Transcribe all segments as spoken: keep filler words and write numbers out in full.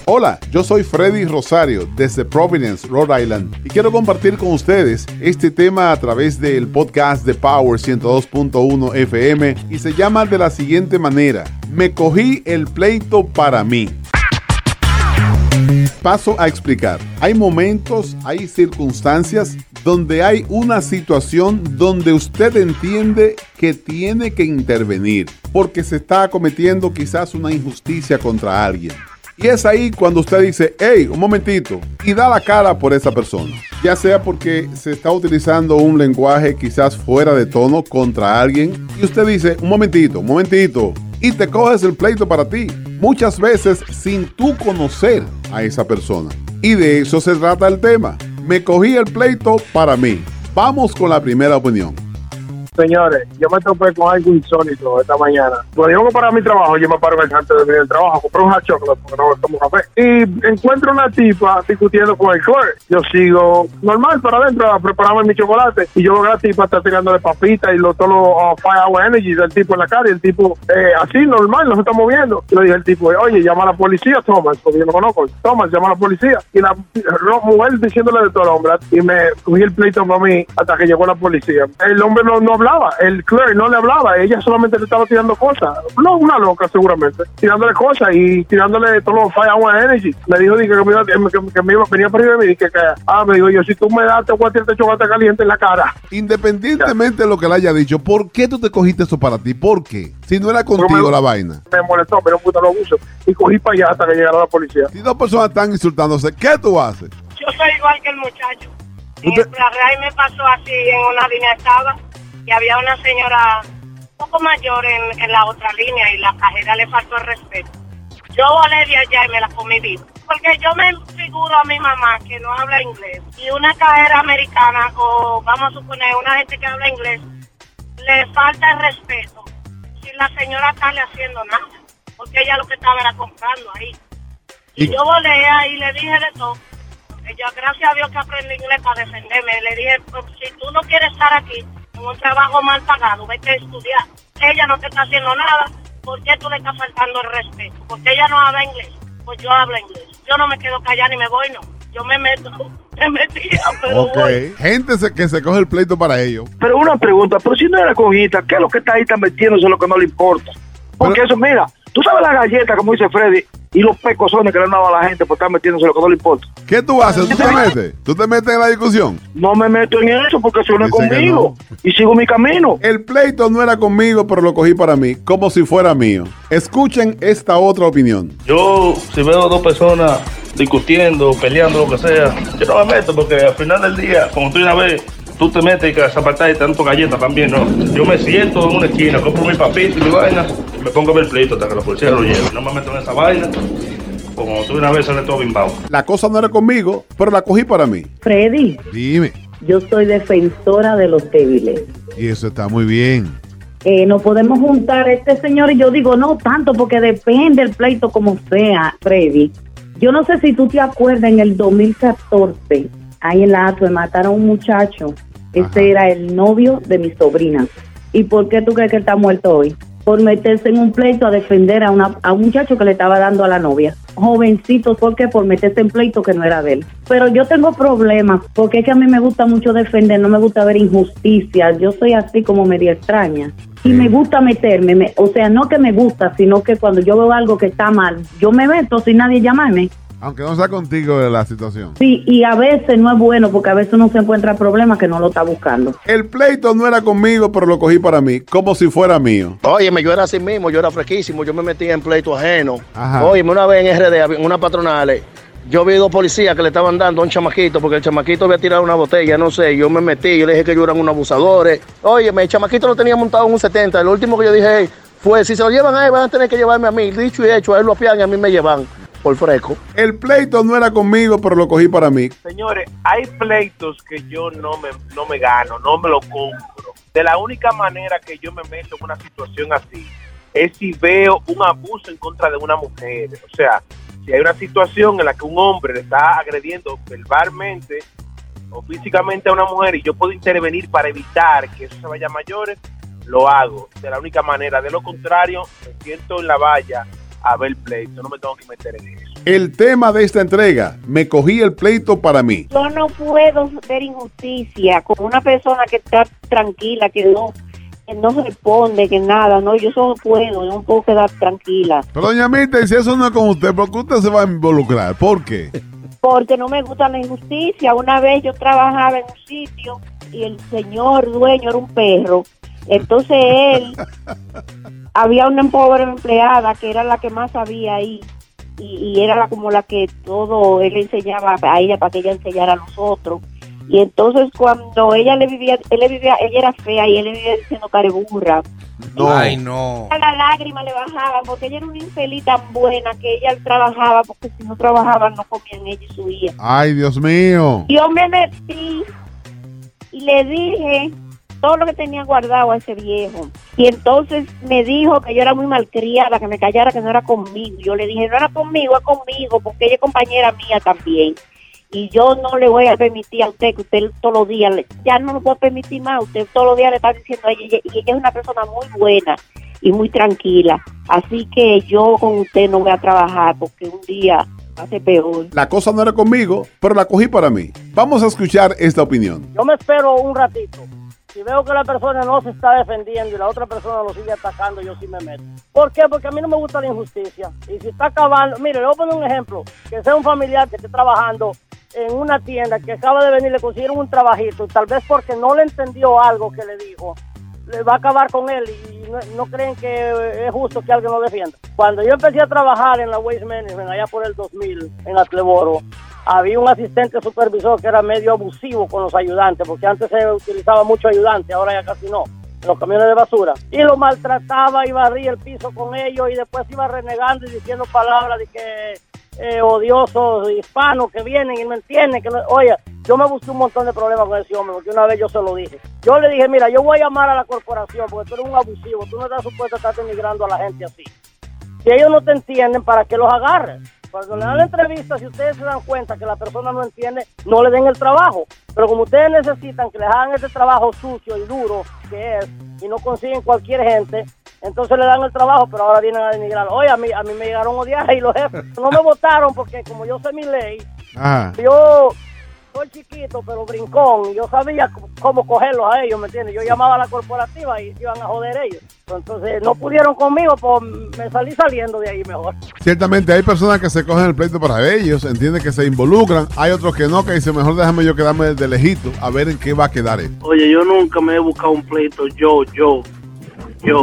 Hola, yo soy Freddy Rosario desde Providence, Rhode Island y quiero compartir con ustedes este tema a través del podcast de Power ciento dos punto uno F M y se llama de la siguiente manera: me cogí el pleito para mí. Paso a explicar. Hay momentos, hay circunstancias donde hay una situación donde usted entiende que tiene que intervenir porque se está cometiendo quizás una injusticia contra alguien. Y es ahí cuando usted dice, hey, un momentito, y da la cara por esa persona. Ya sea porque se está utilizando un lenguaje quizás fuera de tono contra alguien, y usted dice, un momentito, un momentito, y te coges el pleito para ti. Muchas veces sin tú conocer a esa persona. Y de eso se trata el tema. Me cogí el pleito para mí. Vamos con la primera opinión. Señores, yo me topé con algo insólito esta mañana. Cuando yo voy para mi trabajo, yo me paro antes de venir del trabajo, compré un hot chocolate porque no tomo café. Y encuentro una tipa discutiendo con el clerk. Yo sigo normal para adentro a prepararme mi chocolate. Y yo veo que la tipa está tirándole papitas y lo, todo lo uh, Fire Hour Energy del tipo en la cara. Y el tipo, eh, así, normal, no se está moviendo. Y le dije al tipo, oye, llama a la policía, Thomas, porque yo no conozco. Thomas, llama a la policía. Y la, la mujer diciéndole de todo el hombre. Y me cogí el pleito para mí hasta que llegó la policía. El hombre no, no hablaba. El clerk no le hablaba, ella solamente le estaba tirando cosas, no una loca seguramente, tirándole cosas y tirándole todos los Fire Hour Energy. Me dijo que, que, me, iba, que, que me iba, venía para arriba de mí y que, que, ah, me dijo yo, si tú me das, te voy a tirar este chocolate caliente en la cara. Independientemente de lo que le haya dicho, ¿por qué tú te cogiste eso para ti? ¿Por qué? Si no era contigo me, la vaina. Me molestó, pero puta lo abuso y cogí para allá hasta que llegara la policía. Si dos personas están insultándose, ¿qué tú haces? Yo soy igual que el muchacho. En el Plaza me pasó así, en una línea estaba y había una señora un poco mayor en, en la otra línea y la cajera le faltó el respeto. Yo volé de allá y me la comí viva. Porque yo me figuro a mi mamá que no habla inglés y una cajera americana o vamos a suponer una gente que habla inglés le falta el respeto sin la señora estarle haciendo nada porque ella lo que estaba era comprando ahí. Y, ¿Y? yo volé ahí y le dije de todo. Yo gracias a Dios que aprendí inglés para defenderme. Le dije, si tú no quieres estar aquí en un trabajo mal pagado, vete a estudiar. Ella no te está haciendo nada, ¿por qué tú le estás faltando el respeto? Porque ella no habla inglés, pues yo hablo inglés. Yo no me quedo callada ni me voy, no. Yo me meto, me metía, pero Ok, voy. gente se, que se coge el pleito para ellos. Pero una pregunta, pero si no era cojita, ¿qué es lo que está ahí está metiéndose en lo que no le importa? Porque pero, eso, mira, tú sabes la galleta, como dice Freddy, y los pecosones que le han dado a la gente por estar metiéndose en lo que no le importa. ¿Qué tú haces? ¿Tú te metes? ¿Tú te metes en la discusión? No me meto en eso porque eso no es conmigo. No. Y sigo mi camino. El pleito no era conmigo, pero lo cogí para mí, como si fuera mío. Escuchen esta otra opinión. Yo, si veo dos personas discutiendo, peleando, lo que sea, yo no me meto porque al final del día, como tú una vez, tú te metes y que esa apartada y tanto galletas también, ¿no? Yo me siento en una esquina, compro mi papito y mi vaina, y me pongo a ver el pleito hasta que la policía lo lleve. No me meto en esa vaina, como tú una vez sale todo bimbao. La cosa no era conmigo, pero la cogí para mí. Freddy. Dime. Yo soy defensora de los débiles. Y eso está muy bien. Eh, no podemos juntar este señor y yo digo no tanto porque depende el pleito como sea, Freddy. Yo no sé si tú te acuerdas en el dos mil catorce, ahí en la Atue mataron a un muchacho. Este Ajá. era el novio de mi sobrina. ¿Y por qué tú crees que él está muerto hoy? Por meterse en un pleito a defender a, una, a un muchacho que le estaba dando a la novia. Jovencito, ¿por qué? Por meterse en pleito que no era de él. Pero yo tengo problemas, porque es que a mí me gusta mucho defender, no me gusta ver injusticias. Yo soy así como media extraña. Y me gusta meterme, me, o sea, no que me gusta, sino que cuando yo veo algo que está mal, yo me meto sin nadie llamarme. Aunque no sea contigo de la situación. Sí, y a veces no es bueno porque a veces uno se encuentra problemas que no lo está buscando. El pleito no era conmigo, pero lo cogí para mí, como si fuera mío. Óyeme, yo era así mismo, yo era fresquísimo, yo me metí en pleito ajeno. Ajá. Óyeme, una vez en R D, en una patronal, yo vi dos policías que le estaban dando a un chamaquito, porque el chamaquito había tirado una botella, no sé, yo me metí, yo le dije que yo eran unos abusadores. Óyeme, el chamaquito lo tenía montado en un setenta, lo último que yo dije hey, fue, si se lo llevan a él, van a tener que llevarme a mí. Dicho y hecho, a él lo afian y a mí me llevan. Por fresco. El pleito no era conmigo, pero lo cogí para mí. Señores, hay pleitos que yo no me, no me gano, no me lo compro. De la única manera que yo me meto en una situación así es si veo un abuso en contra de una mujer. O sea, si hay una situación en la que un hombre le está agrediendo verbalmente o físicamente a una mujer y yo puedo intervenir para evitar que eso se vaya a mayores, lo hago. De la única manera. De lo contrario, me siento en la valla a ver pleito, no me tengo que meter en eso. El tema de esta entrega, me cogí el pleito para mí. Yo no puedo ver injusticia con una persona que está tranquila, que no, que no responde, que nada, no, yo solo puedo, yo no puedo quedar tranquila. Pero doña Mirta, y si eso no es con usted, ¿por qué usted se va a involucrar? ¿Por qué? Porque no me gusta la injusticia. Una vez yo trabajaba en un sitio y el señor dueño era un perro. Entonces él, había una pobre empleada que era la que más sabía ahí. Y, y era la, como la que todo él enseñaba a ella para que ella enseñara a nosotros. Y entonces cuando ella le vivía, él le vivía, ella era fea y él le vivía diciendo careburra. No. Ay, no. A la lágrima le bajaban porque ella era una infeliz tan buena que ella trabajaba, porque si no trabajaba no comían ella y su hija. Ay, Dios mío. Yo me metí y le dije todo lo que tenía guardado a ese viejo. Y entonces me dijo que yo era muy malcriada, que me callara, que no era conmigo. Yo le dije, no era conmigo, es conmigo, porque ella es compañera mía también. Y yo no le voy a permitir a usted que usted todos los días, ya no lo puedo permitir más, usted todos los días le está diciendo a ella, y ella es una persona muy buena y muy tranquila. Así que yo con usted no voy a trabajar porque un día va a ser peor. La cosa no era conmigo, pero la cogí para mí. Vamos a escuchar esta opinión. Yo me espero un ratito. Si veo que la persona no se está defendiendo y la otra persona lo sigue atacando, yo sí me meto. ¿Por qué? Porque a mí no me gusta la injusticia. Y si está acabando, mire, le voy a poner un ejemplo, que sea un familiar que esté trabajando en una tienda, que acaba de venir, le consiguieron un trabajito, y tal vez porque no le entendió algo que le dijo, le va a acabar con él, y no, no creen que es justo que alguien lo defienda. Cuando yo empecé a trabajar en la Waste Management, allá por el dos mil, en Atleboro, había un asistente supervisor que era medio abusivo con los ayudantes, porque antes se utilizaba mucho ayudante, ahora ya casi no, en los camiones de basura, y lo maltrataba y barría el piso con ellos, y después iba renegando y diciendo palabras de que eh, odiosos hispanos que vienen y no entienden, que no, oye, yo me busqué un montón de problemas con ese hombre, porque una vez yo se lo dije, yo le dije, mira, yo voy a llamar a la corporación, porque tú eres un abusivo, tú no estás supuesto a estar denigrando a la gente así, si ellos no te entienden, ¿para qué los agarres? Cuando le dan la entrevista, si ustedes se dan cuenta que la persona no entiende, no le den el trabajo. Pero como ustedes necesitan que les hagan este trabajo sucio y duro que es, y no consiguen cualquier gente, entonces le dan el trabajo, pero ahora vienen a denigrar. Oye, a mí, a mí me llegaron a odiar y los jefes no me votaron porque como yo sé mi ley, Ajá. yo soy chiquito pero brincón, y yo sabía c- cómo cogerlos a ellos, ¿me entiendes? Yo llamaba a la corporativa y iban a joder ellos. Entonces no pudieron conmigo, pues me salí saliendo de ahí mejor. Ciertamente hay personas que se cogen el pleito para ellos, entienden que se involucran, hay otros que no, que dicen mejor déjame yo quedarme de lejito a ver en qué va a quedar esto. Oye, yo nunca me he buscado un pleito, yo, yo, yo,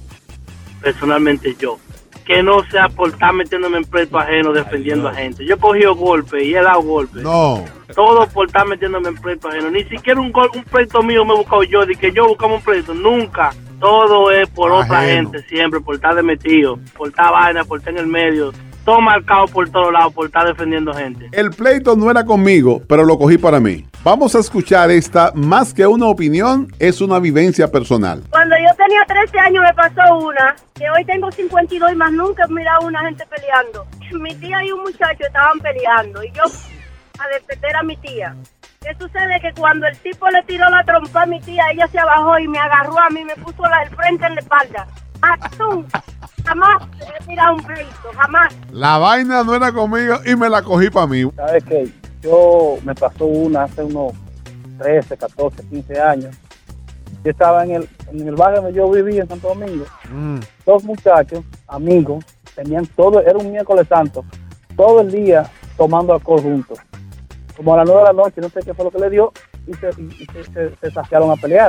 personalmente yo, que no sea por estar metiéndome en pleito ajeno, defendiendo a gente. Yo he cogido golpes y he dado golpes. No. Todo por estar metiéndome en pleito ajeno. Ni siquiera un, gol, un pleito mío me he buscado yo, de que yo buscamos un pleito, nunca. Todo es por Ajeno. otra gente siempre, por estar de metido, por estar vaina, por estar en el medio. Todo marcado por todos lados, por estar defendiendo gente. El pleito no era conmigo, pero lo cogí para mí. Vamos a escuchar esta, más que una opinión, es una vivencia personal. Cuando yo tenía trece años me pasó una, que hoy tengo cincuenta y dos y más nunca he mirado a una gente peleando. Mi tía y un muchacho estaban peleando y yo a defender a mi tía. ¿Qué sucede? Que cuando el tipo le tiró la trompa a mi tía, ella se abajó y me agarró a mí, me puso la del frente en la espalda. ¡Atún! Jamás he tirado un pleito, jamás. La vaina no era conmigo y me la cogí para mí. ¿Sabes qué? Yo me pasó una hace unos trece, catorce, quince años. Yo estaba en el, en el barrio donde yo vivía, en Santo Domingo. Mm. Dos muchachos, amigos, tenían todo, era un miércoles santo, todo el día tomando alcohol juntos. Como a las nueve de la noche, no sé qué fue lo que le dio, y se, y, y se, se, se saciaron a pelear.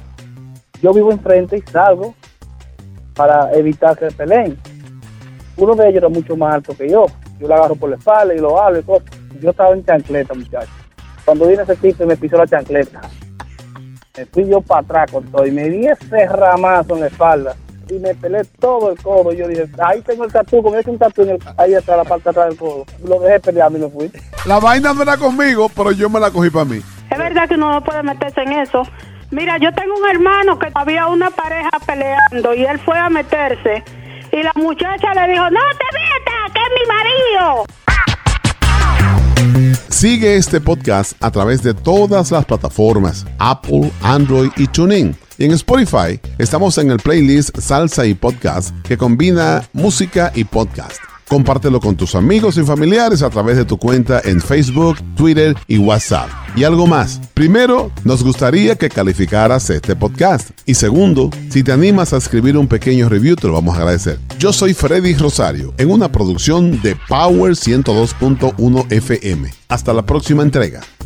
Yo vivo enfrente y salgo para evitar que peleen. Uno de ellos era mucho más alto que yo. Yo lo agarro por la espalda y lo hablo y cosas. Yo estaba en chancleta, muchachos. Cuando vine ese tipo y me pisó la chancleta, me fui yo para atrás con todo y me di ese ramazo en la espalda y me pelé todo el codo. Yo dije, ahí tengo el tatu, con ese un tatu en el, ahí atrás, la parte de atrás del codo. Lo dejé peleando y me fui. La vaina no era conmigo, pero yo me la cogí para mí. Es verdad que uno no puede meterse en eso. Mira, yo tengo un hermano que había una pareja peleando y él fue a meterse y la muchacha le dijo, no te metas, que es mi marido. Sigue este podcast a través de todas las plataformas, Apple, Android y TuneIn. Y en Spotify estamos en el playlist Salsa y Podcast, que combina música y podcast. Compártelo con tus amigos y familiares a través de tu cuenta en Facebook, Twitter y WhatsApp. Y algo más. Primero, nos gustaría que calificaras este podcast. Y segundo, si te animas a escribir un pequeño review, te lo vamos a agradecer. Yo soy Freddy Rosario, en una producción de Power ciento dos punto uno F M. Hasta la próxima entrega.